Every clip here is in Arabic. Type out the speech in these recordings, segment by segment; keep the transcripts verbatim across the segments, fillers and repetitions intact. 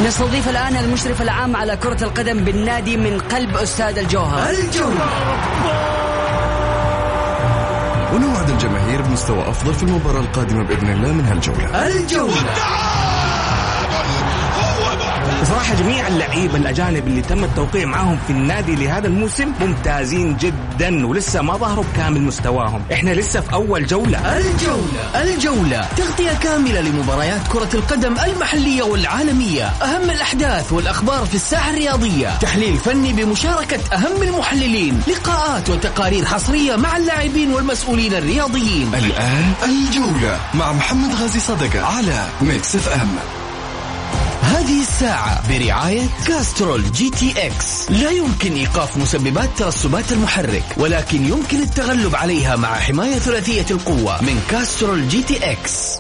نستضيف الآن المشرف العام على كرة القدم بالنادي من قلب أستاذ الجوهر. الجولة. ونوعد الجماهير بمستوى أفضل في المباراة القادمة بإذن الله من هالجولة. الجولة. بصراحة جميع اللعيبة الأجانب اللي تم التوقيع معهم في النادي لهذا الموسم ممتازين جدا ولسه ما ظهروا بكامل مستواهم. احنا لسه في أول جولة. الجولة. الجولة تغطية كاملة لمباريات كرة القدم المحلية والعالمية، أهم الأحداث والأخبار في الساحة الرياضية، تحليل فني بمشاركة أهم المحللين، لقاءات وتقارير حصرية مع اللاعبين والمسؤولين الرياضيين. الآن الجولة مع محمد غازي صدقة على ميكس اف ام. هذه الساعة برعاية كاسترول جي تي اكس. لا يمكن إيقاف مسببات ترسبات المحرك، ولكن يمكن التغلب عليها مع حماية ثلاثية القوة من كاسترول جي تي اكس.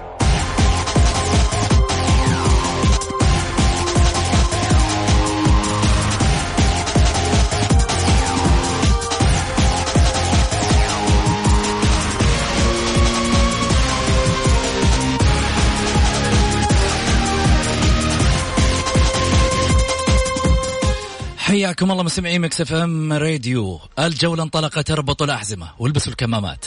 حياكم الله مستمعين ميكس اف ام راديو. الجولة انطلقت، اربطوا الأحزمة والبسوا الكمامات.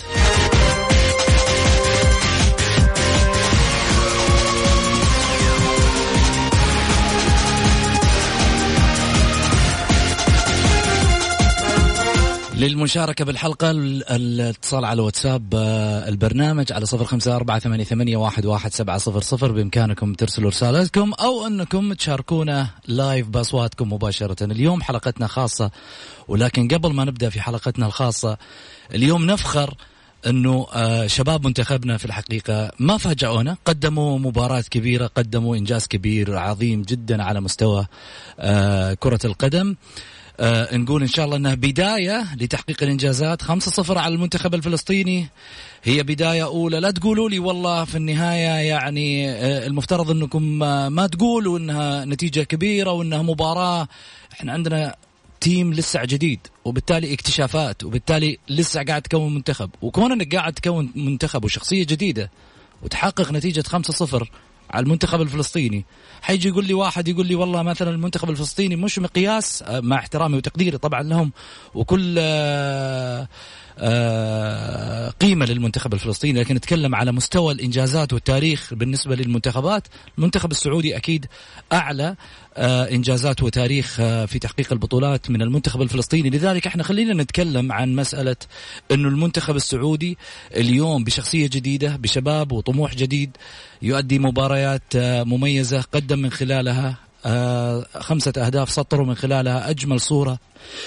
للمشاركة بالحلقة الاتصال على واتساب البرنامج على صفر خمسة أربعة ثمانية ثمانية واحد واحد سبعة صفر صفر. بإمكانكم ترسلوا رسالتكم أو أنكم تشاركونا لايف بأصواتكم مباشرة. اليوم حلقتنا خاصة، ولكن قبل ما نبدأ في حلقتنا الخاصة اليوم نفخر أنه شباب منتخبنا في الحقيقة ما فاجأونا، قدموا مباراة كبيرة، قدموا إنجاز كبير عظيم جدا على مستوى كرة القدم. آه نقول إن شاء الله أنها بداية لتحقيق الإنجازات. خمسة صفر على المنتخب الفلسطيني هي بداية أولى. لا تقولوا لي والله في النهاية يعني آه المفترض أنكم آه ما تقولوا أنها نتيجة كبيرة وأنها مباراة. إحنا عندنا تيم لسه جديد، وبالتالي اكتشافات، وبالتالي لسه قاعد تكون منتخب. وكون أنك قاعد تكون منتخب وشخصية جديدة وتحقق نتيجة خمسة صفر على المنتخب الفلسطيني، حيجي يقول لي واحد يقول لي والله مثلا المنتخب الفلسطيني مش مقياس، مع احترامي وتقديري طبعا لهم وكل آآ آآ قيمة للمنتخب الفلسطيني، لكن نتكلم على مستوى الإنجازات والتاريخ بالنسبة للمنتخبات. المنتخب السعودي أكيد أعلى إنجازات وتاريخ في تحقيق البطولات من المنتخب الفلسطيني. لذلك احنا خلينا نتكلم عن مسألة أنه المنتخب السعودي اليوم بشخصية جديدة، بشباب وطموح جديد، يؤدي مباريات مميزة، قدم من خلالها خمسة أهداف، سطروا من خلالها أجمل صورة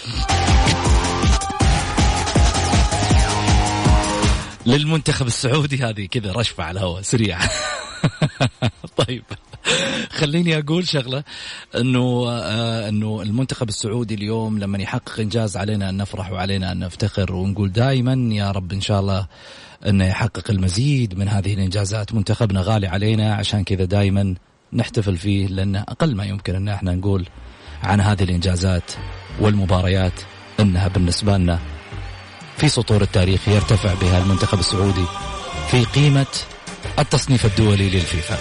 للمنتخب السعودي. هذه كذا رشفة على الهواء سريع. طيب خليني أقول شغلة، أنه آه أنه المنتخب السعودي اليوم لما يحقق إنجاز علينا أن نفرح وعلينا أن نفتخر ونقول دائما يا رب إن شاء الله أنه يحقق المزيد من هذه الإنجازات. منتخبنا غالي علينا، عشان كذا دائما نحتفل فيه، لأن أقل ما يمكن أن احنا نقول عن هذه الإنجازات والمباريات أنها بالنسبة لنا في سطور التاريخ يرتفع بها المنتخب السعودي في قيمة التصنيف الدولي للفيفا.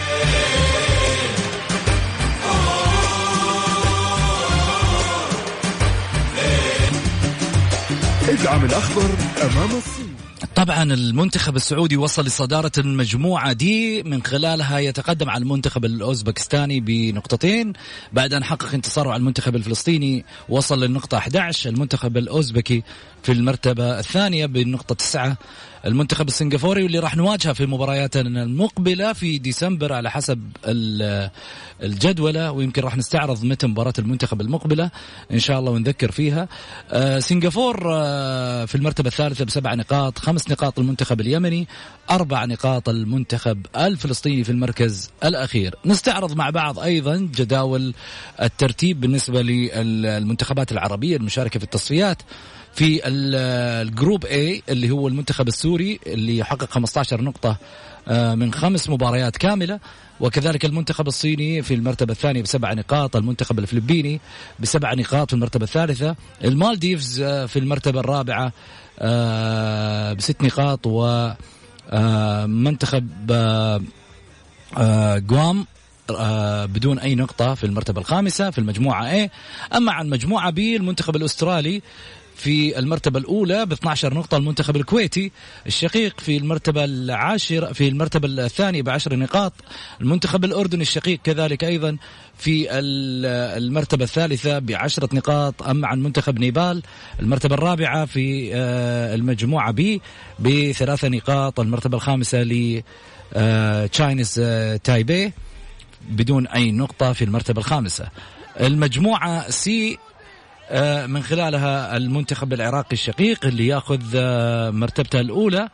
ادعم الأخضر أمام الصين. طبعا المنتخب السعودي وصل لصدارة المجموعة دي، من خلالها يتقدم على المنتخب الأوزبكستاني بنقطتين بعد أن حقق انتصاره على المنتخب الفلسطيني، وصل للنقطة أحد عشر. المنتخب الأوزبكي في المرتبة الثانية بالنقطة تسعة. المنتخب السنغافوري واللي راح نواجهه في مبارياتنا المقبلة في ديسمبر على حسب الجدولة، ويمكن راح نستعرض متى مباراة المنتخب المقبلة إن شاء الله ونذكر فيها. آه سنغافور آه في المرتبة الثالثة بسبع نقاط، خمس نقاط المنتخب اليمني، أربع نقاط المنتخب الفلسطيني في المركز الأخير. نستعرض مع بعض أيضا جداول الترتيب بالنسبة للمنتخبات العربية المشاركة في التصفيات. في الجروب A اللي هو المنتخب السوري اللي يحقق خمسة عشر نقطة من خمس مباريات كاملة، وكذلك المنتخب الصيني في المرتبة الثانية بسبع نقاط، المنتخب الفلبيني بسبع نقاط في المرتبة الثالثة، المالديفز في المرتبة الرابعة بست نقاط، ومنتخب غوام بدون أي نقطة في المرتبة الخامسة في المجموعة A. أما عن مجموعة B المنتخب الأسترالي في المرتبة الأولى ب اثنتي عشرة نقطة، المنتخب الكويتي الشقيق في المرتبة العاشرة في المرتبة الثانية بعشر نقاط، المنتخب الأردني الشقيق كذلك أيضا في المرتبة الثالثة بعشرة نقاط. أما عن منتخب نيبال المرتبة الرابعة في المجموعة بي بثلاث نقاط، المرتبة الخامسة ل تشاينيز تايبي بدون أي نقطة في المرتبة الخامسة. المجموعة سي من خلالها المنتخب العراقي الشقيق اللي يأخذ مرتبته الأولى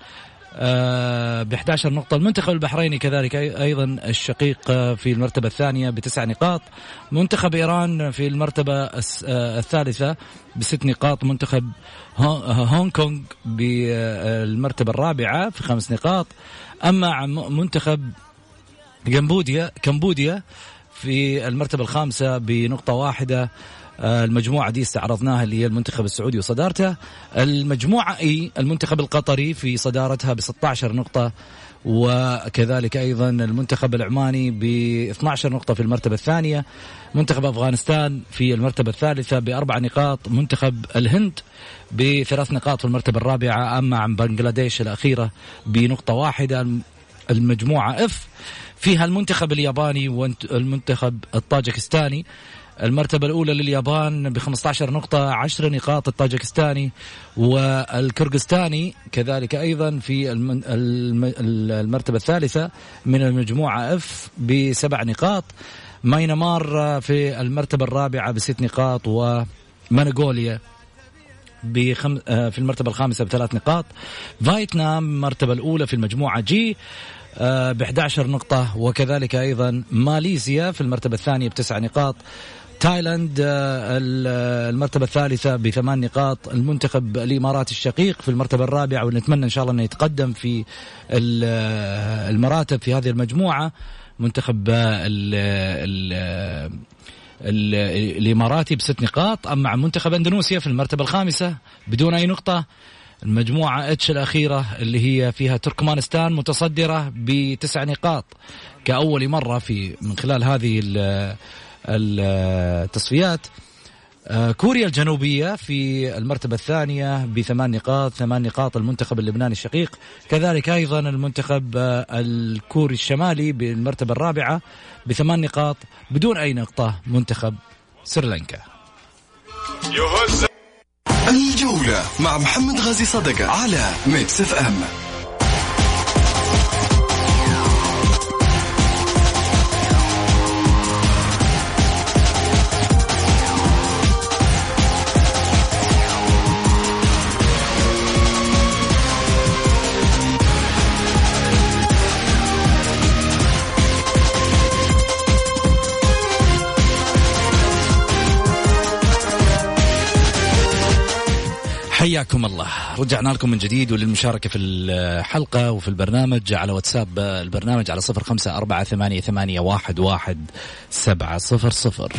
ب إحدى عشرة نقطة، المنتخب البحريني كذلك أيضا الشقيق في المرتبة الثانية بتسع نقاط، منتخب إيران في المرتبة الثالثة بست نقاط، منتخب هونغ كونغ بالمرتبة الرابعة في خمس نقاط. أما منتخب كمبوديا كمبوديا في المرتبة الخامسة بنقطة واحدة. المجموعة دي استعرضناها اللي هي المنتخب السعودي وصدارته. المجموعة اي المنتخب القطري في صدارتها ب ستة عشر نقطة، وكذلك أيضا المنتخب العماني ب اثنتي عشرة نقطة في المرتبة الثانية، منتخب أفغانستان في المرتبة الثالثة بأربع نقاط، منتخب الهند بثلاث نقاط في المرتبة الرابعة. أما عن بنغلاديش الأخيرة بنقطة واحدة. المجموعة اف فيها المنتخب الياباني والمنتخب الطاجكستاني، المرتبة الأولى لليابان بخمسة عشر نقطة، عشر نقاط الطاجكستاني، والكرغستاني كذلك أيضا في المرتبة الثالثة من المجموعة اف بسبع نقاط، ماينمار في المرتبة الرابعة بست نقاط، ومنغوليا بخم... في المرتبة الخامسة بثلاث نقاط، فيتنام المرتبة الأولى في المجموعة جي ب إحدى عشرة نقطة، وكذلك أيضا ماليزيا في المرتبة الثانية بتسع نقاط، تايلاند المرتبة الثالثة بثمان نقاط، المنتخب الإمارات الشقيق في المرتبة الرابعة، ونتمنى إن شاء الله أنه يتقدم في المراتب في هذه المجموعة، منتخب ال ال الإماراتي بست نقاط. أما منتخب أندونيسيا في المرتبة الخامسة بدون أي نقطة، المجموعة اتش الأخيرة اللي هي فيها تركمانستان متصدرة بتسع نقاط كأول مرة في من خلال هذه التصفيات. كوريا الجنوبية في المرتبة الثانية بثمان نقاط، ثمان نقاط المنتخب اللبناني الشقيق، كذلك أيضا المنتخب الكوري الشمالي بالمرتبة الرابعة بثمان نقاط بدون أي نقطة منتخب سريلانكا. الجولة مع محمد غازي صدقة على ميكس اف ام. حياكم الله، رجعنا لكم من جديد وللمشاركة في الحلقة وفي البرنامج على واتساب البرنامج على صفر خمسة أربعة ثمانية ثمانية واحد واحد سبعة صفر صفر.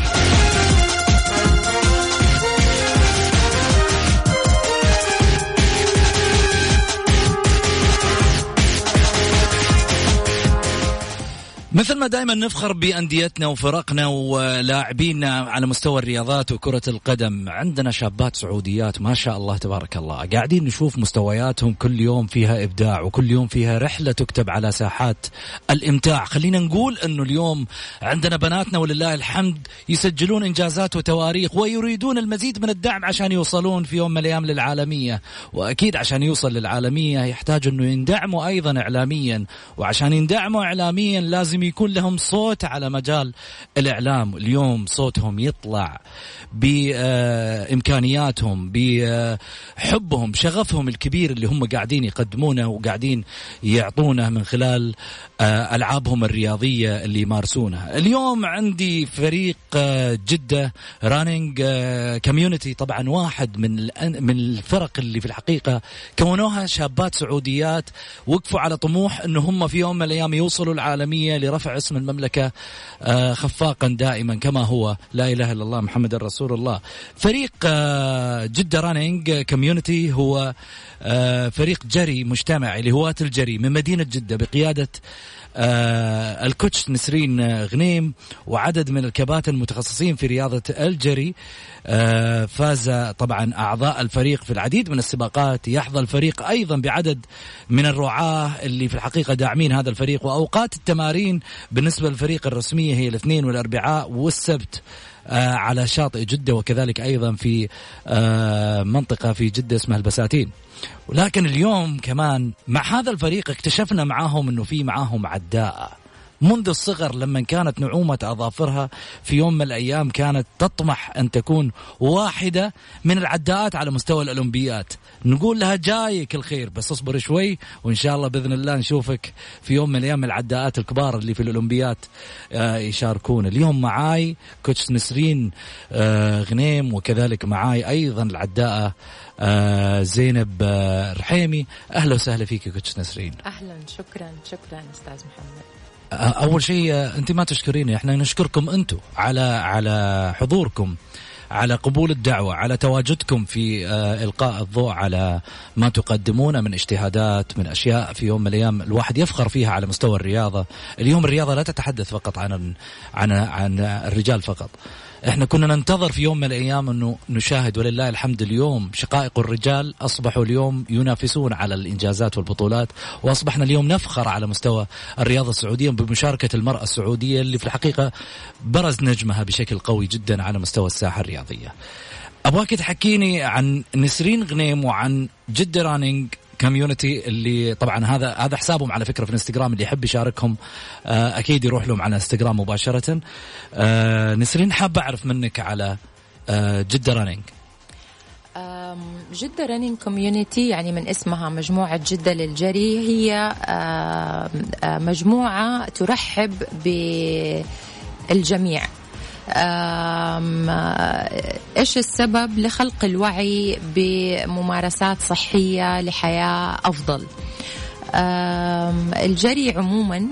مثل ما دائما نفخر بأنديتنا وفرقنا ولاعبينا على مستوى الرياضات وكرة القدم، عندنا شابات سعوديات ما شاء الله تبارك الله، قاعدين نشوف مستوياتهم كل يوم فيها إبداع وكل يوم فيها رحلة تكتب على ساحات الإمتاع. خلينا نقول أنه اليوم عندنا بناتنا ولله الحمد يسجلون إنجازات وتواريخ ويريدون المزيد من الدعم عشان يوصلون في يوم من الأيام للعالمية، وأكيد عشان يوصل للعالمية يحتاج أنه يندعموا أيضا إعلاميا، وعشان يندعموا إعلاميا لازم يكون لهم صوت على مجال الإعلام. اليوم صوتهم يطلع بإمكانياتهم، بحبهم، شغفهم الكبير اللي هم قاعدين يقدمونه وقاعدين يعطونه من خلال ألعابهم الرياضية اللي يمارسونها. اليوم عندي فريق جدة رانينج كوميونتي، طبعا واحد من من الفرق اللي في الحقيقة كونوها شابات سعوديات وقفوا على طموح إنه هم في يوم من الأيام يوصلوا العالمية لرفع اسم المملكة خفاقا دائما كما هو. لا إله إلا الله محمد رسول الله. فريق جدة رانينج كوميونتي هو فريق جري مجتمعي لهواة الجري من مدينة جدة بقيادة آه الكوتش نسرين غنيم وعدد من الكباتن المتخصصين في رياضة الجري. آه فاز طبعا أعضاء الفريق في العديد من السباقات. يحظى الفريق أيضا بعدد من الرعاة اللي في الحقيقة داعمين هذا الفريق. وأوقات التمارين بالنسبة للفريق الرسمية هي الاثنين والأربعاء والسبت آه على شاطئ جدة، وكذلك أيضا في آه منطقة في جدة اسمها البساتين. ولكن اليوم كمان مع هذا الفريق اكتشفنا معاهم انه في معاهم عداءة منذ الصغر، لما كانت نعومة أظافرها في يوم من الأيام كانت تطمح أن تكون واحدة من العداءات على مستوى الأولمبيات. نقول لها جايك الخير بس اصبر شوي وإن شاء الله بإذن الله نشوفك في يوم من الأيام العداءات الكبار اللي في الأولمبيات آه يشاركون. اليوم معاي كوتش نسرين آه غنيم، وكذلك معاي أيضا العداءة آه زينب آه رحيمي. أهلا وسهلا فيك كوتش نسرين. أهلا، شكرا شكرا أستاذ محمد. أول شيء أنت ما تشكريني، إحنا نشكركم أنتم على على حضوركم، على قبول الدعوة، على تواجدكم في إلقاء الضوء على ما تقدمونه من اجتهادات، من أشياء في يوم من الأيام الواحد يفخر فيها على مستوى الرياضة. اليوم الرياضة لا تتحدث فقط عن عن عن الرجال فقط. احنا كنا ننتظر في يوم من الأيام أنه نشاهد، ولله الحمد اليوم شقائق الرجال أصبحوا اليوم ينافسون على الإنجازات والبطولات، وأصبحنا اليوم نفخر على مستوى الرياضة السعودية بمشاركة المرأة السعودية اللي في الحقيقة برز نجمها بشكل قوي جدا على مستوى الساحة الرياضية. أبغاك تحكيني عن نسرين غنيم وعن جدة رانينج كوميونتي اللي طبعا هذا هذا حسابهم على فكرة في الانستغرام، اللي يحب يشاركهم أكيد يروح لهم على الانستغرام مباشرة. نسرين حابة أعرف منك على جدة رانينج. جدة رانينج كوميونتي يعني من اسمها مجموعة جدة للجري، هي مجموعة ترحب بالجميع. إيش السبب؟ لخلق الوعي بممارسات صحية لحياة أفضل. الجري عموما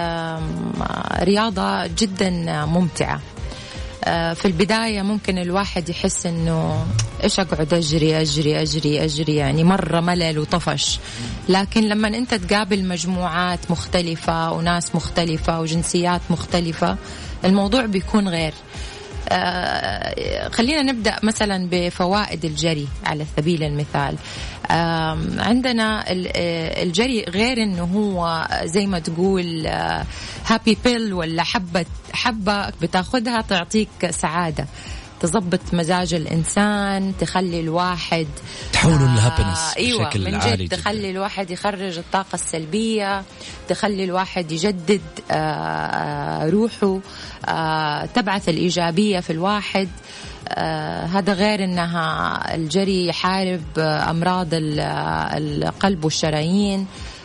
رياضة جدا ممتعة. في البداية ممكن الواحد يحس إنه إيش أقعد أجري أجري أجري أجري يعني مرة ملل وطفش، لكن لما أنت تقابل مجموعات مختلفة وناس مختلفة وجنسيات مختلفة الموضوع بيكون غير. آه خلينا نبدأ مثلا بفوائد الجري على سبيل المثال. آه عندنا الجري غير انه هو زي ما تقول آه هابي بيل ولا حبة حبة بتاخدها تعطيك سعادة، تضبط مزاج الإنسان، تخلي الواحد تحوله للهابنس أيوة بشكل من عالي جد، جدا. تخلي الواحد يخرج الطاقة السلبية، تخلي الواحد يجدد روحه، تبعث الإيجابية في الواحد. هذا غير أنها الجري يحارب أمراض القلب والشرايين،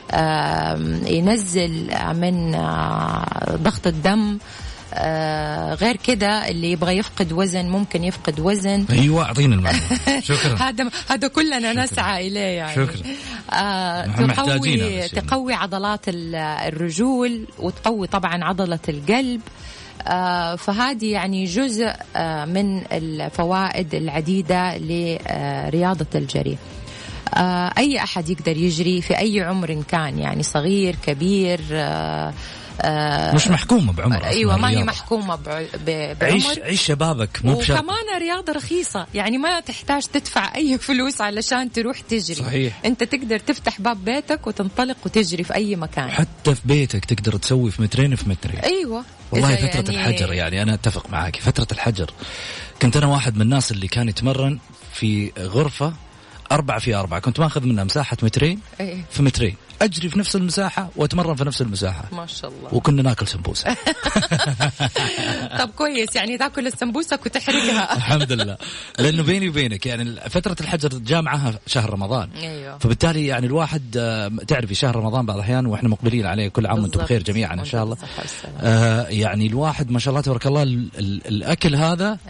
ينزل من ضغط الدم. آه غير كده اللي يبغى يفقد وزن ممكن يفقد وزن. ايوه اعطينا المعلومه. شكرا. هذا هذا كلنا نسعى اليه يعني. شكرا. آه تقوي تقوي عضلات الرجول وتقوي طبعا عضله القلب. آه فهذه يعني جزء آه من الفوائد العديده لرياضه الجري. آه أي أحد يقدر يجري في أي عمر كان، يعني صغير كبير. آه آه مش محكومة بعمر. أيوة ما هي محكومة بعمر. عيش عيش شبابك مو بشرط. وكمان رياضة رخيصة، يعني ما تحتاج تدفع أي فلوس علشان تروح تجري. صحيح. أنت تقدر تفتح باب بيتك وتنطلق وتجري في أي مكان، حتى في بيتك تقدر تسوي في مترين في مترين. أيوة والله فترة يعني... الحجر يعني أنا أتفق معاك. فترة الحجر كنت أنا واحد من الناس اللي كان يتمرن في غرفة أربعة في أربعة، كنت ماخذ منها مساحة مترين إيه؟ في مترين، أجري في نفس المساحة وأتمرن في نفس المساحة. ما شاء الله. وكنا ناكل سمبوسة. طب كويس، يعني تاكل السمبوسك وتحرقها. الحمد لله، لأنه بيني وبينك يعني فترة الحجر جاء معها شهر رمضان. أيوه. فبالتالي يعني الواحد تعرفي شهر رمضان بعض الأحيان وإحنا مقبلين عليه، كل عام وأنتم بخير جميعا إن شاء الله. آه يعني الواحد ما شاء الله تبارك الله الأكل هذا أيوه.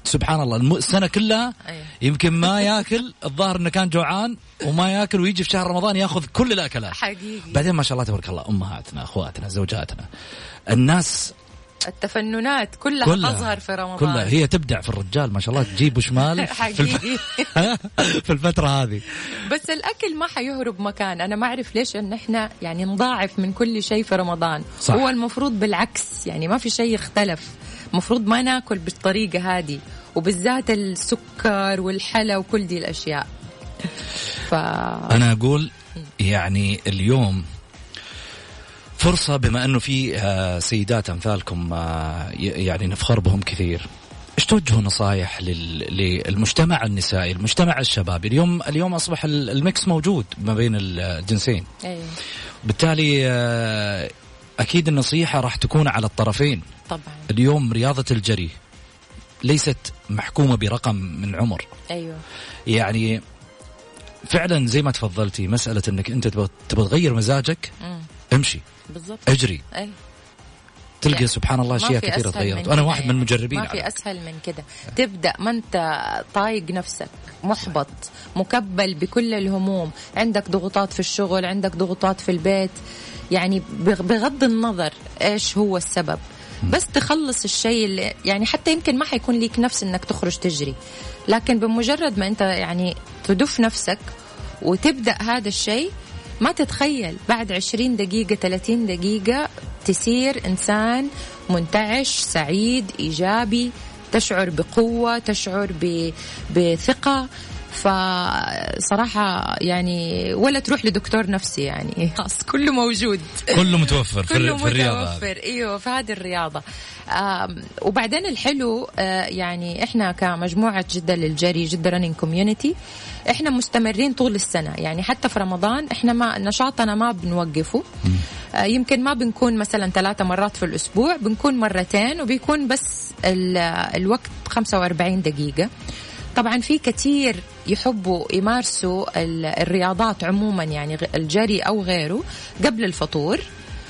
سبحان الله السنة كلها يمكن ما يأكل، الظاهر إنه كان جوعان وما يأكل، ويجي في شهر رمضان يأخذ كل الأكلات حقيقي. بعدين ما شاء الله تبارك الله أمهاتنا أخواتنا زوجاتنا الناس التفننات كلها, كلها تظهر في رمضان، كلها هي تبدع في الرجال ما شاء الله، تجيب شمال حقيقي في الفترة هذه. بس الأكل ما حيهرب مكان، أنا ما أعرف ليش إن إحنا يعني نضاعف من كل شيء في رمضان. صح. هو المفروض بالعكس، يعني ما في شيء يختلف، مفروض ما ناكل بالطريقة هذه، وبالذات السكر والحلا وكل دي الأشياء. ف... أنا أقول يعني اليوم فرصة، بما أنه في سيدات أمثالكم يعني نفخر بهم كثير، إيش توجهوا نصايح للمجتمع النسائي، المجتمع الشبابي؟ اليوم اليوم أصبح الميكس موجود ما بين الجنسين. أيوة. بالتالي أكيد النصيحة راح تكون على الطرفين. طبعا اليوم رياضة الجري ليست محكومة برقم من عمر. أيوة. يعني فعلا زي ما تفضلتي، مسألة أنك أنت تبغى تغير مزاجك، م. امشي بالضبط، اجري. أي. تلقى يعني سبحان الله أشياء كثيرة تغيرت. وأنا واحد من المجربين. ما في أسهل من كده. تبدأ ما أنت طايق نفسك، محبط، مكبل بكل الهموم، عندك ضغوطات في الشغل، عندك ضغوطات في البيت، يعني بغض النظر إيش هو السبب، بس تخلص الشيء اللي يعني حتى يمكن ما حيكون ليك نفس إنك تخرج تجري، لكن بمجرد ما أنت يعني تدف نفسك وتبدأ هذا الشيء، ما تتخيل بعد عشرين دقيقة ثلاثين دقيقة تصير إنسان منتعش، سعيد، إيجابي، تشعر بقوة، تشعر بثقة. فصراحة يعني ولا تروح لدكتور نفسي، يعني خلاص كله موجود، كله متوفر في, كله في الرياضة. متوفر ايوه في هذه الرياضة. وبعدين الحلو يعني احنا كمجموعة جدة للجري، جدة رننج كوميونيتي، احنا مستمرين طول السنة، يعني حتى في رمضان احنا ما نشاطنا ما بنوقفه. يمكن ما بنكون مثلا ثلاثة مرات في الأسبوع، بنكون مرتين، وبيكون بس الوقت خمسة وأربعين دقيقة. طبعا في كتير يحبوا يمارسوا الرياضات عموما، يعني الجري أو غيره، قبل الفطور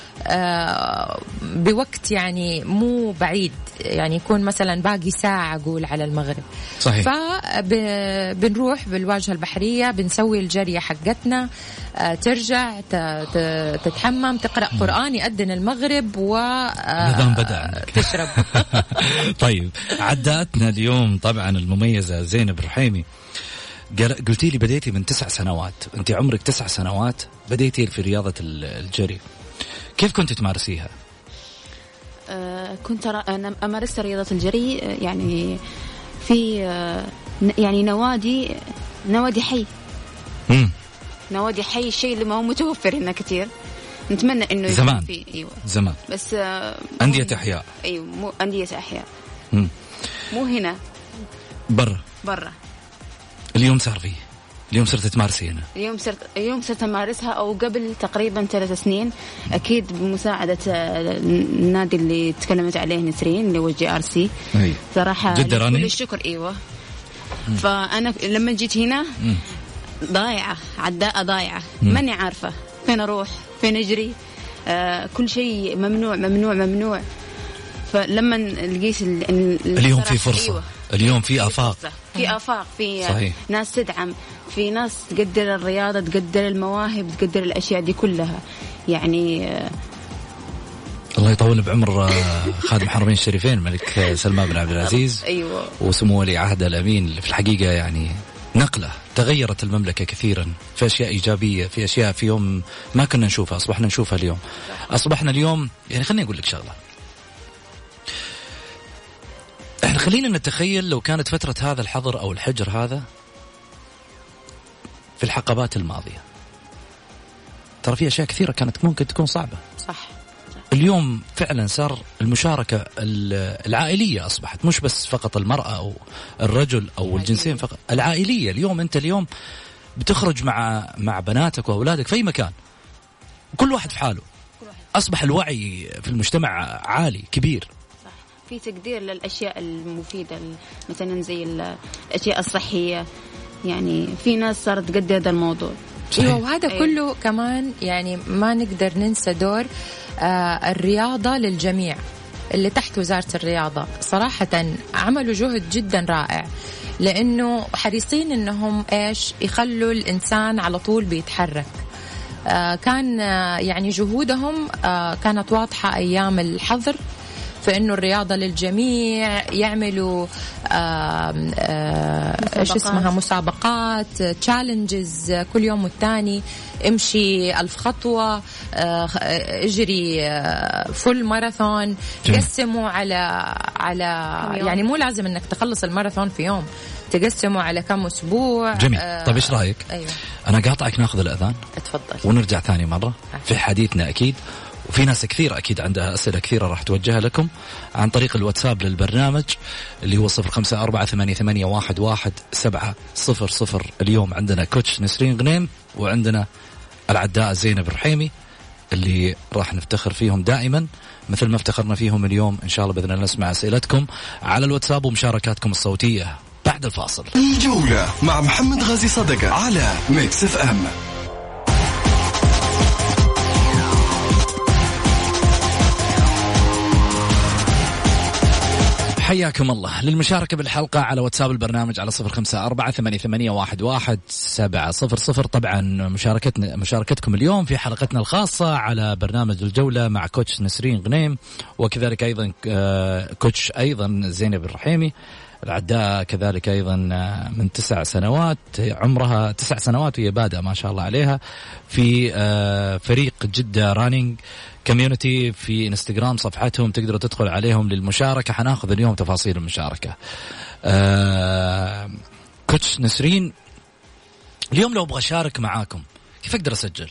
بوقت يعني مو بعيد، يعني يكون مثلا باقي ساعة قول على المغرب. صحيح. فبنروح بالواجهة البحرية، بنسوي الجرية حقتنا، ترجع تتحمم، تقرأ قرآن، يأذن المغرب ونظام بدأ تشرب. طيب عداتنا اليوم طبعا المميزة زينب رحيمي، قلتي لي بديتي من تسع سنوات، أنت عمرك تسع سنوات بديتي في رياضة الجري، كيف كنت تمارسيها؟ آه كنت أنا أمارس رياضة الجري يعني في آه يعني نوادي نوادي حي. مم. نوادي حي، الشيء اللي ما هو متوفر هنا كتير، نتمنى إنه زمان في. أيوة. زمان بس آه أندية أحياء. أيوة مو أندية أحياء. مم. مو هنا، برا برا. اليوم صار فيه، اليوم صرت تمارسي هنا؟ اليوم صرت اليوم صرت أمارسها، أو قبل تقريبا ثلاث سنين أكيد بمساعدة النادي اللي تكلمت عليه نسرين اللي هو جي آر سي. أي. صراحة جدة راني. كل الشكر. أيوة. مم. فأنا لما جيت هنا مم. ضايعة، عداء ضايعة، ماني عارفة فين أروح، فين أجري، آه كل شيء ممنوع ممنوع ممنوع. فلما لقيت اليوم في فرصة. أيوة. اليوم في آفاق، في آفاق، في صحيح. ناس تدعم، في ناس تقدر الرياضة، تقدر المواهب، تقدر الأشياء دي كلها. يعني الله يطول بعمر خادم حرمين الشريفين الملك سلمان بن عبد العزيز. أيوة. وسمو ولي عهد الأمين. في الحقيقة يعني نقلة تغيرت المملكة كثيرا في أشياء إيجابية، في أشياء في يوم ما كنا نشوفها أصبحنا نشوفها اليوم. أصبحنا اليوم يعني خليني أقول لك شغلة، احنا خلينا نتخيل لو كانت فترة هذا الحظر أو الحجر هذا في الحقبات الماضية، ترى في أشياء كثيرة كانت ممكن تكون صعبة. صح. اليوم فعلا صار المشاركة العائلية أصبحت مش بس فقط المرأة أو الرجل أو الجنسين فقط، العائلية. اليوم أنت اليوم بتخرج مع مع بناتك وأولادك في أي مكان، كل واحد في حاله. أصبح الوعي في المجتمع عالي كبير، في تقدير للأشياء المفيدة مثلا زي الأشياء الصحية، يعني في ناس صارت تقدر هذا الموضوع. أيوة. وهذا أيوة. كله كمان يعني ما نقدر ننسى دور آه الرياضة للجميع. اللي تحت وزارة الرياضة صراحة عملوا جهد جدا رائع، لأنه حريصين أنهم إيش يخلوا الإنسان على طول بيتحرك. آه كان آه يعني جهودهم آه كانت واضحة أيام الحظر في إنه الرياضة للجميع، يعملوا آه آه إيش اسمها مسابقات تشالنجز كل يوم والتاني، امشي ألف خطوة، آه اجري آه فل ماراثون، قسموا على على يعني مو لازم إنك تخلص الماراثون في يوم، تقسموا على كم أسبوع. جميل. آه طيب إيش رأيك؟ أيوة. أنا قاطعك، ناخذ الأذان اتفضل ونرجع ثاني مرة في حديثنا أكيد، وفي ناس كثير أكيد عندها أسئلة كثيرة راح توجهها لكم عن طريق الواتساب للبرنامج اللي هو صفر خمسة أربعة ثمانية ثمانية واحد واحد سبعة صفر صفر. اليوم عندنا كوتش نسرين غنيم وعندنا العداء زينب الرحيمي اللي راح نفتخر فيهم دائما مثل ما افتخرنا فيهم اليوم. إن شاء الله بإذن الله نسمع أسئلتكم على الواتساب ومشاركاتكم الصوتية بعد الفاصل. الجولة مع محمد غازي صدقة على ميكس اف ام. حياكم الله للمشاركة بالحلقة على واتساب البرنامج على صفر خمسة أربعة ثمانية ثمانية واحد واحد سبعة صفر صفر. طبعا مشاركتنا مشاركتكم اليوم في حلقتنا الخاصة على برنامج الجولة مع كوتش نسرين غنيم، وكذلك أيضا كوتش أيضا زينب الرحيمي العداء، كذلك أيضا من تسع سنوات عمرها تسع سنوات وهي بادئة ما شاء الله عليها في فريق جدة رانينج كوميونتي في انستغرام، صفحتهم تقدروا تدخل عليهم للمشاركة. حناخذ اليوم تفاصيل المشاركة. كوتش نسرين، اليوم لو أبغى أشارك معاكم كيف أقدر أسجل؟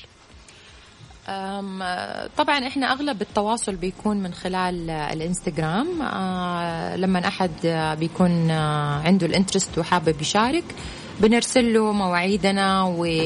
طبعا احنا اغلب التواصل بيكون من خلال الانستغرام. لما احد بيكون عنده الانترست وحابب يشارك بنرسل له مواعيدنا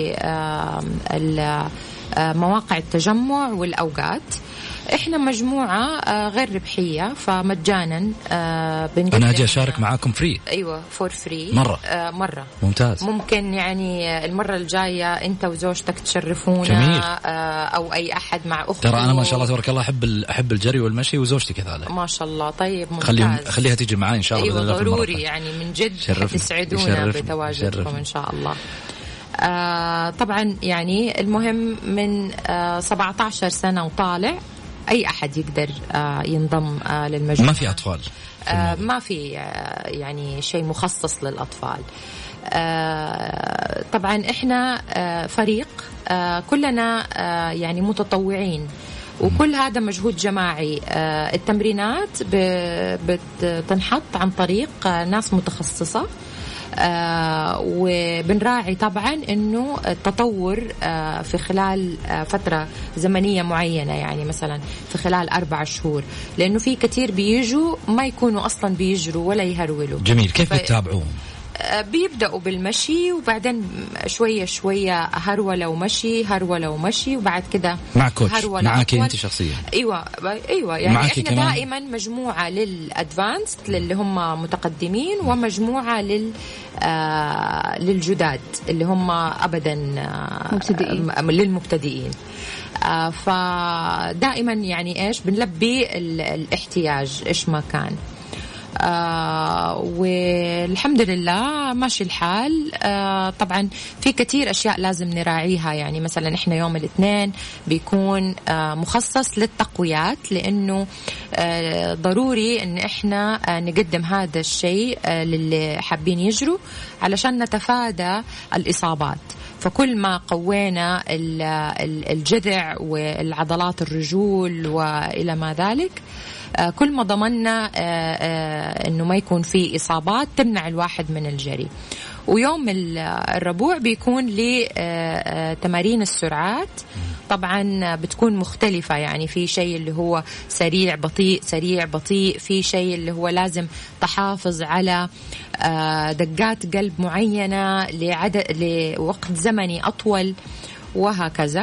ومواقع التجمع والأوقات. احنا مجموعة غير ربحية فمجانا بنقدم. أنا أجي أشارك معاكم فري. أيوة فور فري مرة مرة. ممتاز. ممكن يعني المرة الجاية أنت وزوجتك تشرفونا. جميل. أو أي أحد مع أخته. ترى أنا ما شاء الله تبارك الله أحب أحب الجري والمشي وزوجتي كذلك. ما شاء الله. طيب ممتاز. خلي خليها تيجي معي إن شاء الله. أيوة ضروري يعني من جد تسعدونا بتواجدكم إن شاء الله. آه طبعا يعني المهم من آه سبعة عشر سنة وطالع أي أحد يقدر آه ينضم آه للمجموعة. ما في أطفال؟ آه ما في آه يعني شيء مخصص للأطفال. آه طبعا إحنا آه فريق آه كلنا آه يعني متطوعين، وكل هذا مجهود جماعي. آه التمرينات بتنحط عن طريق آه ناس متخصصة. آه وبنراعي طبعا انه التطور آه في خلال آه فترة زمنية معينة، يعني مثلا في خلال أربع شهور، لأنه في كتير بيجوا ما يكونوا أصلا بيجروا ولا يهرولوا. جميل. كيف بتتابعوهم؟ بيبدأوا بالمشي وبعدين شوية شوية هرولة ومشي هرولة ومشي وبعد كده مع كوتش معك أنت شخصيا. أيوة أيوة يعني إحنا كمان دائما مجموعة للأدفانس للي هم متقدمين ومجموعة لل آه للجداد اللي هم أبدا آه مبتدئين. للمبتدئين. آه فدائما يعني إيش بنلبي الاحتياج إيش ما كان. آه والحمد لله ماشي الحال. آه طبعا في كتير أشياء لازم نراعيها، يعني مثلا إحنا يوم الاثنين بيكون آه مخصص للتقويات، لأنه آه ضروري إن إحنا آه نقدم هذا الشيء آه للي حابين يجروا علشان نتفادى الإصابات. فكل ما قوينا الجذع والعضلات الرجول وإلى ما ذلك، كل ما ضمننا أنه ما يكون في إصابات تمنع الواحد من الجري. ويوم الربوع بيكون لتمارين السرعات، طبعا بتكون مختلفة، يعني في شيء اللي هو سريع بطيء سريع بطيء، في شيء اللي هو لازم تحافظ على دقات قلب معينة لعدد لوقت زمني أطول وهكذا.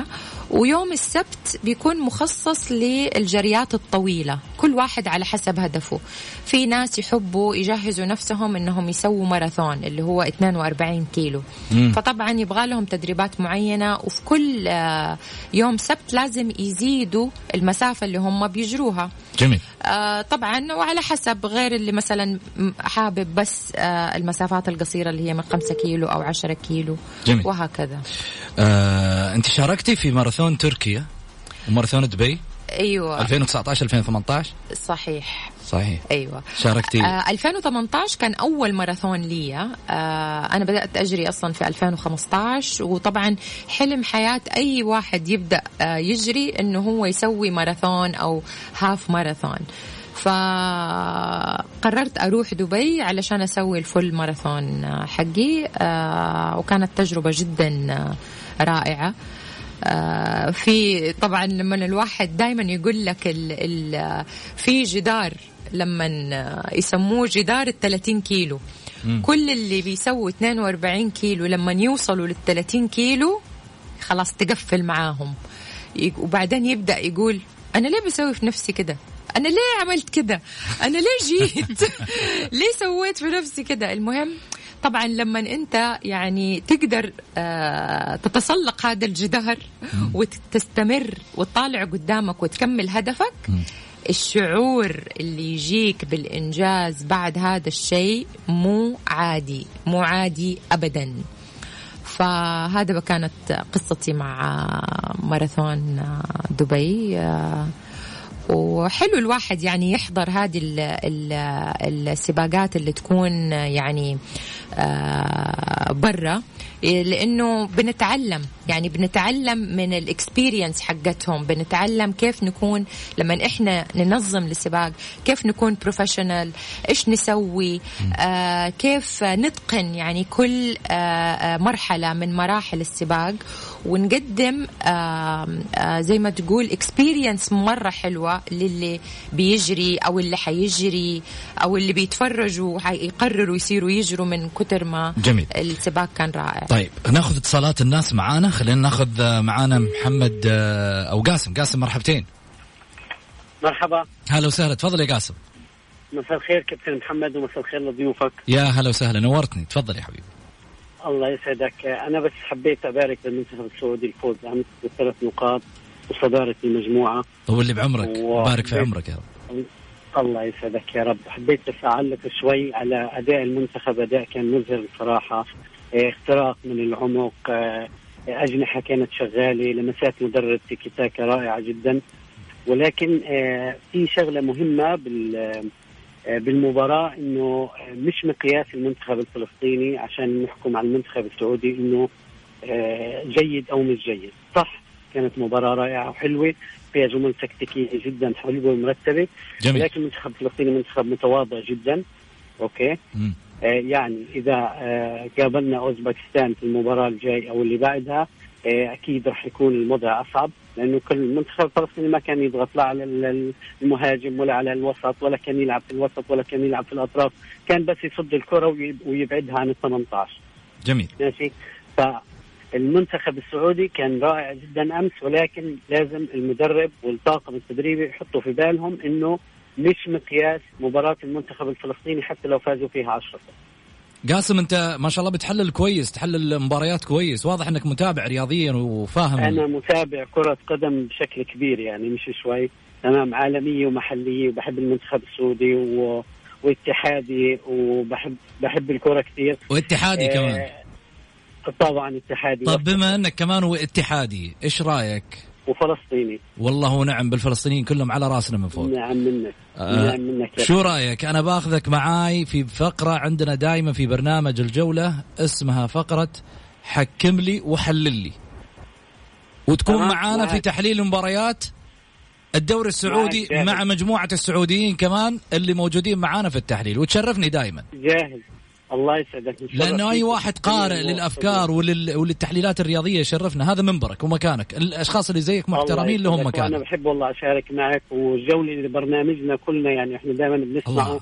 ويوم السبت بيكون مخصص للجريات الطويلة، كل واحد على حسب هدفه. في ناس يحبوا يجهزوا نفسهم إنهم يسووا ماراثون اللي هو اثنين وأربعين كيلو، مم. فطبعا يبغى لهم تدريبات معينة، وفي كل يوم سبت لازم يزيدوا المسافة اللي هم بيجروها. جميل. آه طبعا وعلى حسب، غير اللي مثلا حابب بس آه المسافات القصيرة اللي هي من خمسة كيلو أو عشرة كيلو. جميل. وهكذا. آه، أنت شاركتي في ماراثون تركيا وماراثون دبي. أيوة. ألفين وتسعة عشر ألفين وثمانية عشر. صحيح. صحيح. أيوة. شاركتي. آه ألفين وثمانية عشر كان أول ماراثون لي. آه أنا بدأت أجري أصلا في ألفين وخمسة عشر، وطبعا حلم حياة أي واحد يبدأ آه يجري إنه هو يسوي ماراثون أو هاف ماراثون. فقررت أروح دبي علشان أسوي الفول ماراثون حقي، آه وكانت تجربة جدا رائعة. آه في طبعا لما الواحد دايما يقول لك ال ال في جدار لما يسموه جدار الثلاثين كيلو، م. كل اللي بيسووا اثنين وأربعين كيلو لما يوصلوا للثلاثين كيلو خلاص تقفل معاهم، وبعدين يبدأ يقول أنا ليه بسوي في نفسي كده، أنا ليه عملت كده، أنا ليه جيت ليه سويت في نفسي كده. المهم طبعا لما أنت يعني تقدر آه تتسلق هذا الجدار وتستمر وتطالع قدامك وتكمل هدفك، الشعور اللي يجيك بالإنجاز بعد هذا الشيء مو عادي، مو عادي أبدا. فهذا كانت قصتي مع ماراثون دبي. آه وحلو الواحد يعني يحضر هذه ال ال السباقات اللي تكون يعني برا، لأنه بنتعلم يعني بنتعلم من الإكسبيرينس حقتهم، بنتعلم كيف نكون لما إحنا ننظم السباق، كيف نكون بروفيشنال، إيش نسوي، آه كيف نتقن يعني كل آه مرحلة من مراحل السباق، ونقدم آه آه زي ما تقول إكسبيرينس مرة حلوة للي بيجري أو اللي حيجري أو اللي بيتفرجوا ويقرروا يصيروا يجروا من كتر ما جميل. السباق كان رائع. طيب ناخذ اتصالات الناس معانا، خلينا ناخذ معانا محمد أو قاسم. قاسم مرحبتين. مرحبا. هلا وسهلا، تفضل يا قاسم. مساء الخير كابتن محمد، ومساء الخير لضيوفك. يا هلا وسهلا، نورتني، تفضل يا حبيبي. الله يسعدك. أنا بس حبيت أبارك للمنتخب السعودي الفوز أمس بثلاث نقاط وصدارة المجموعة. هو اللي بعمرك و... بارك في عمرك يا رب. الله يسعدك يا رب. حبيت بس أعلق شوي على أداء المنتخب. أداء كان مذهل بصراحة، اختراق من العمق، أجنحة كانت شغالة، لمسات مدرب تيكي تاكا رائعة جدا. ولكن في شغلة مهمة بالمباراة، إنه مش مقياس المنتخب الفلسطيني عشان نحكم على المنتخب السعودي إنه جيد أو مش جيد. صح، كانت مباراة رائعة وحلوة فيها جمل تكتيكية جدا حلوة ومرتبة، لكن المنتخب الفلسطيني منتخب متواضع جدا. أوكي. م. يعني إذا قابلنا أوزبكستان في المباراة الجاي أو اللي بعدها أكيد رح يكون الوضع أصعب، لأنه كل المنتخب الفلسطيني ما كان يضغط لا على المهاجم ولا على الوسط، ولا كان يلعب في الوسط ولا كان يلعب في الأطراف، كان بس يصد الكرة ويبعدها عن الثمانية عشر. جميل. ماشي. فالمنتخب السعودي كان رائع جدا أمس، ولكن لازم المدرب والطاقم التدريبي يحطوا في بالهم إنه مش مقياس مباراة المنتخب الفلسطيني حتى لو فازوا فيها عشرة. قاسم أنت ما شاء الله بتحلل كويس، تحلل المباريات كويس، واضح أنك متابع رياضيا وفاهم. أنا متابع كرة قدم بشكل كبير يعني، مش شوي، تمام، عالمية ومحلية، وبحب المنتخب السعودي و... واتحادي، وبحب بحب الكرة كثير. واتحادي آه... كمان. طبعا اتحادي. طب بما أنك كمان واتحادي، إيش رأيك؟ وفلسطيني. والله نعم، بالفلسطينيين كلهم على راسنا من فوق. نعم منك. آه نعم منك. شو رأيك؟ أنا باخذك معاي في فقرة عندنا دائما في برنامج الجولة اسمها فقرة حكم لي وحلل لي، وتكون آه معانا معك. في تحليل المباريات الدوري السعودي مع مجموعة السعوديين كمان اللي موجودين معانا في التحليل، وتشرفني دائما. جاهز. الله يسعدك. لأنه أي واحد قارئ للأفكار ولل... وللتحليلات الرياضية يشرفنا، هذا منبرك ومكانك. الأشخاص اللي زيك محترمين لهم مكان. أنا بحب والله أشارك معك، والجولة لبرنامجنا كلنا يعني إحنا دائما بنسمعه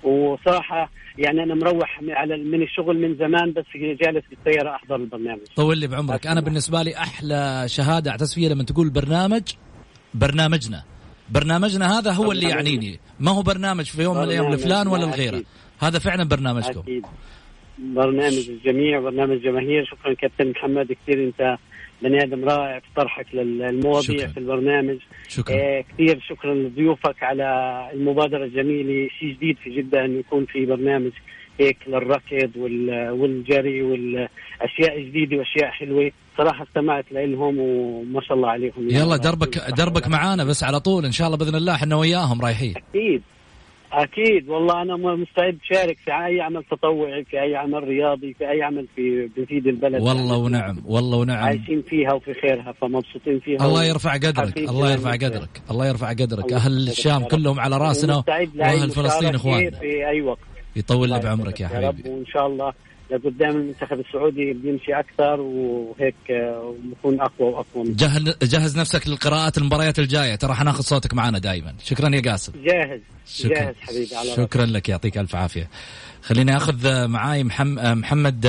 وصراحة يعني أنا مروح على من الشغل من زمان، بس جالس بالسيارة أحضر البرنامج. طول لي بعمرك. أنا بالنسبة لي أحلى شهادة أعتز فيها لما تقول برنامج برنامجنا برنامجنا هذا هو اللي يعنيني، ما هو برنامج في يوم من الأيام لفلان ولا لغيره. هذا فعلا برنامجكم. أكيد برنامج الجميع، برنامج جماهير. شكرا كابتن محمد كثير، أنت بني آدم رائع في طرحك للمواضيع شكرا. في البرنامج شكرا. آه كثير شكرا لضيوفك على المبادرة الجميلة. شيء جديد في جدة أن يكون في برنامج هيك للركض والجري والأشياء جديدة وأشياء حلوة. صراحة استمعت لهم وما شاء الله عليهم. يلا دربك دربك معانا بس على طول إن شاء الله بإذن الله، احنا وياهم رايحين. أكيد أكيد والله أنا مستعد شارك في أي عمل تطوعي، في أي عمل رياضي، في أي عمل في بفيد البلد. والله ونعم والله ونعم، عايشين فيها وفي خيرها فمبسوطين فيها. الله يرفع قدرك الله يرفع قدرك الله يرفع قدرك. أهل الشام كلهم على راسنا، وأهل فلسطين إخواننا في أي وقت. يطول لي بعمرك يا حبيبي. وإن شاء الله لقدام المنتخب السعودي بيمشي أكثر وهيك ونكون أقوى وأقوى. جهز جهز نفسك للقراءات المباريات الجاية، ترى حناخذ صوتك معنا دائما. شكرا يا قاسم. جاهز شكرا. جاهز حبيبي. على شكرا رأسي. لك يعطيك ألف عافية. خليني أخذ معاي محمد محمد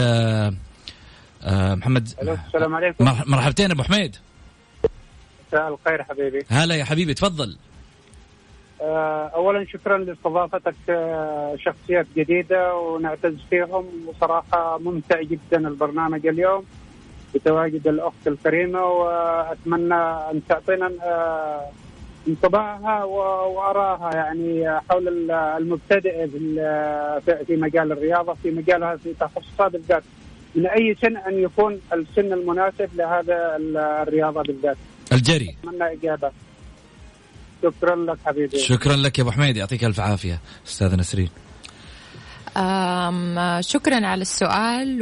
محمد السلام عليكم. مرحبتين أبو حميد. مساء الخير حبيبي. هلا يا حبيبي تفضل. أولا شكرا لاستضافتك شخصيات جديدة ونعتز فيهم، وصراحة ممتع جدا البرنامج اليوم بتواجد الأخت الكريمة، وأتمنى أن تعطينا انطباعها وأراها يعني حول المبتدئ في مجال الرياضة، في مجالها في تخصصات بالذات، من أي سن أن يكون السن المناسب لهذا الرياضة بالذات. الجري. أتمنى إجابة. شكرا لك حبيبي. شكرا لك يا أبو حميد، يعطيك ألف عافية. أستاذ نسرين. شكرا على السؤال.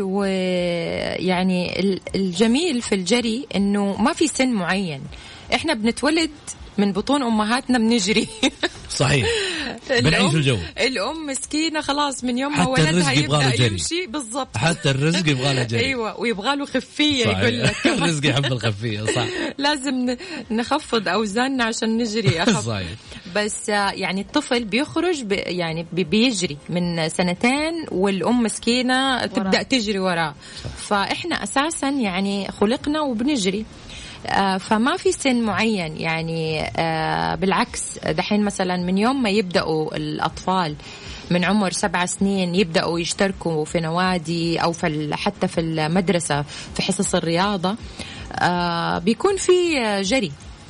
ويعني الجميل في الجري إنه ما في سن معين، إحنا بنتولد من بطون أمهاتنا بنجري. صحيح. بنعيش الجو. الأم مسكينة خلاص من يوم ما ولدها يبدأ يمشي. بالضبط. حتى الرزق يبغى له جري. أيوة، ويبغى له خفية. يقول لك الرزق يحب الخفية. صح. لازم نخفض أوزاننا عشان نجري أخف. صحيح. بس يعني الطفل بيخرج يعني بيجري من سنتين والأم مسكينة تبدأ تجري وراه. فإحنا أساسا يعني خلقنا وبنجري. آه فما في سن معين يعني. آه بالعكس دحين مثلا من يوم ما يبدأوا الأطفال من عمر سبع سنين يبدأوا يشتركوا في نوادي أو في حتى في المدرسة في حصص الرياضة، آه بيكون في جري.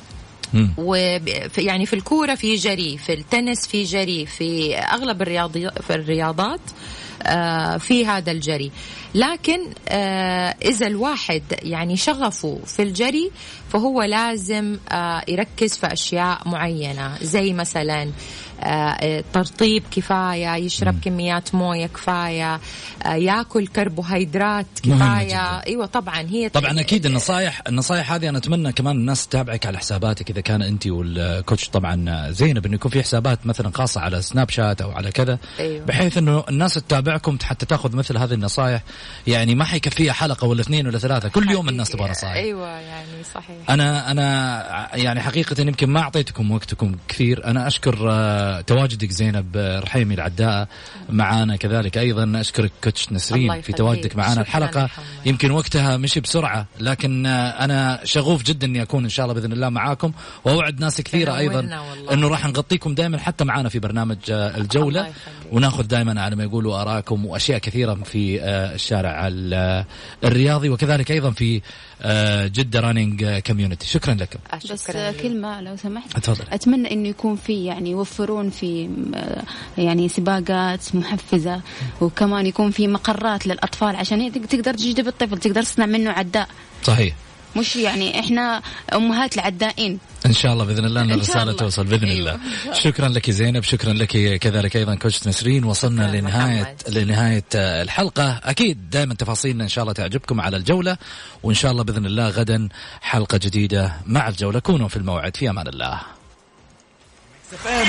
ويعني في الكورة في جري، في التنس في جري، في أغلب الرياضي في الرياضات آه في هذا الجري. لكن آه إذا الواحد يعني شغفه في الجري فهو لازم آه يركز في أشياء معينة، زي مثلا آه ترطيب كفاية، يشرب كميات موية كفاية، آه يأكل كربوهيدرات كفاية. أيوة طبعا. هي طبعا أكيد النصائح النصائح هذه أنا أتمنى كمان الناس تتابعك على حساباتك إذا كان أنت والكوتش طبعا زينب، إنه يكون في حسابات مثلا خاصة على سناب شات أو على كذا. أيوة. بحيث إنه الناس تتابعكم حتى تأخذ مثل هذه النصائح. يعني ما حيكفيها حلقة ولا اثنين ولا ثلاثة، كل يوم الناس تبغى نصائح. أيوة يعني صحيح. أنا أنا يعني حقيقة يمكن ما أعطيتكم وقتكم كثير. أنا أشكر تواجدك زينب رحيمي العداء معانا، كذلك أيضا أشكرك كوتش نسرين في تواجدك معانا. الحلقة يمكن وقتها مشي بسرعة، لكن أنا شغوف جدا إني أكون إن شاء الله بإذن الله معاكم، وأوعد ناس كثيرة أيضا إنه راح نغطيكم دائما حتى معانا في برنامج الجولة، وناخذ دائما على ما يقولوا آراءكم وأشياء كثيرة في الشارع الرياضي، وكذلك أيضا في جدة رانينج كوميونتي. شكرا لكم. بس كلمة لو سمحت. أتفضل. أتمنى إنه يكون في يعني يوفرون في يعني سباقات محفزة، وكمان يكون في مقرات للأطفال عشان تقدر تجذب الطفل، تقدر تصنع منه عداء. صحيح. مش يعني إحنا أمهات العدائين. إن شاء الله بإذن الله أن الرسالة توصل بإذن أيوة. الله. شكرا لك زينب، شكرا لك كذلك أيضا كوتش نسرين. وصلنا لنهاية لنهاية الحلقة. أكيد دائما تفاصيلنا إن شاء الله تعجبكم على الجولة، وإن شاء الله بإذن الله غدا حلقة جديدة مع الجولة. كونوا في الموعد. في أمان الله.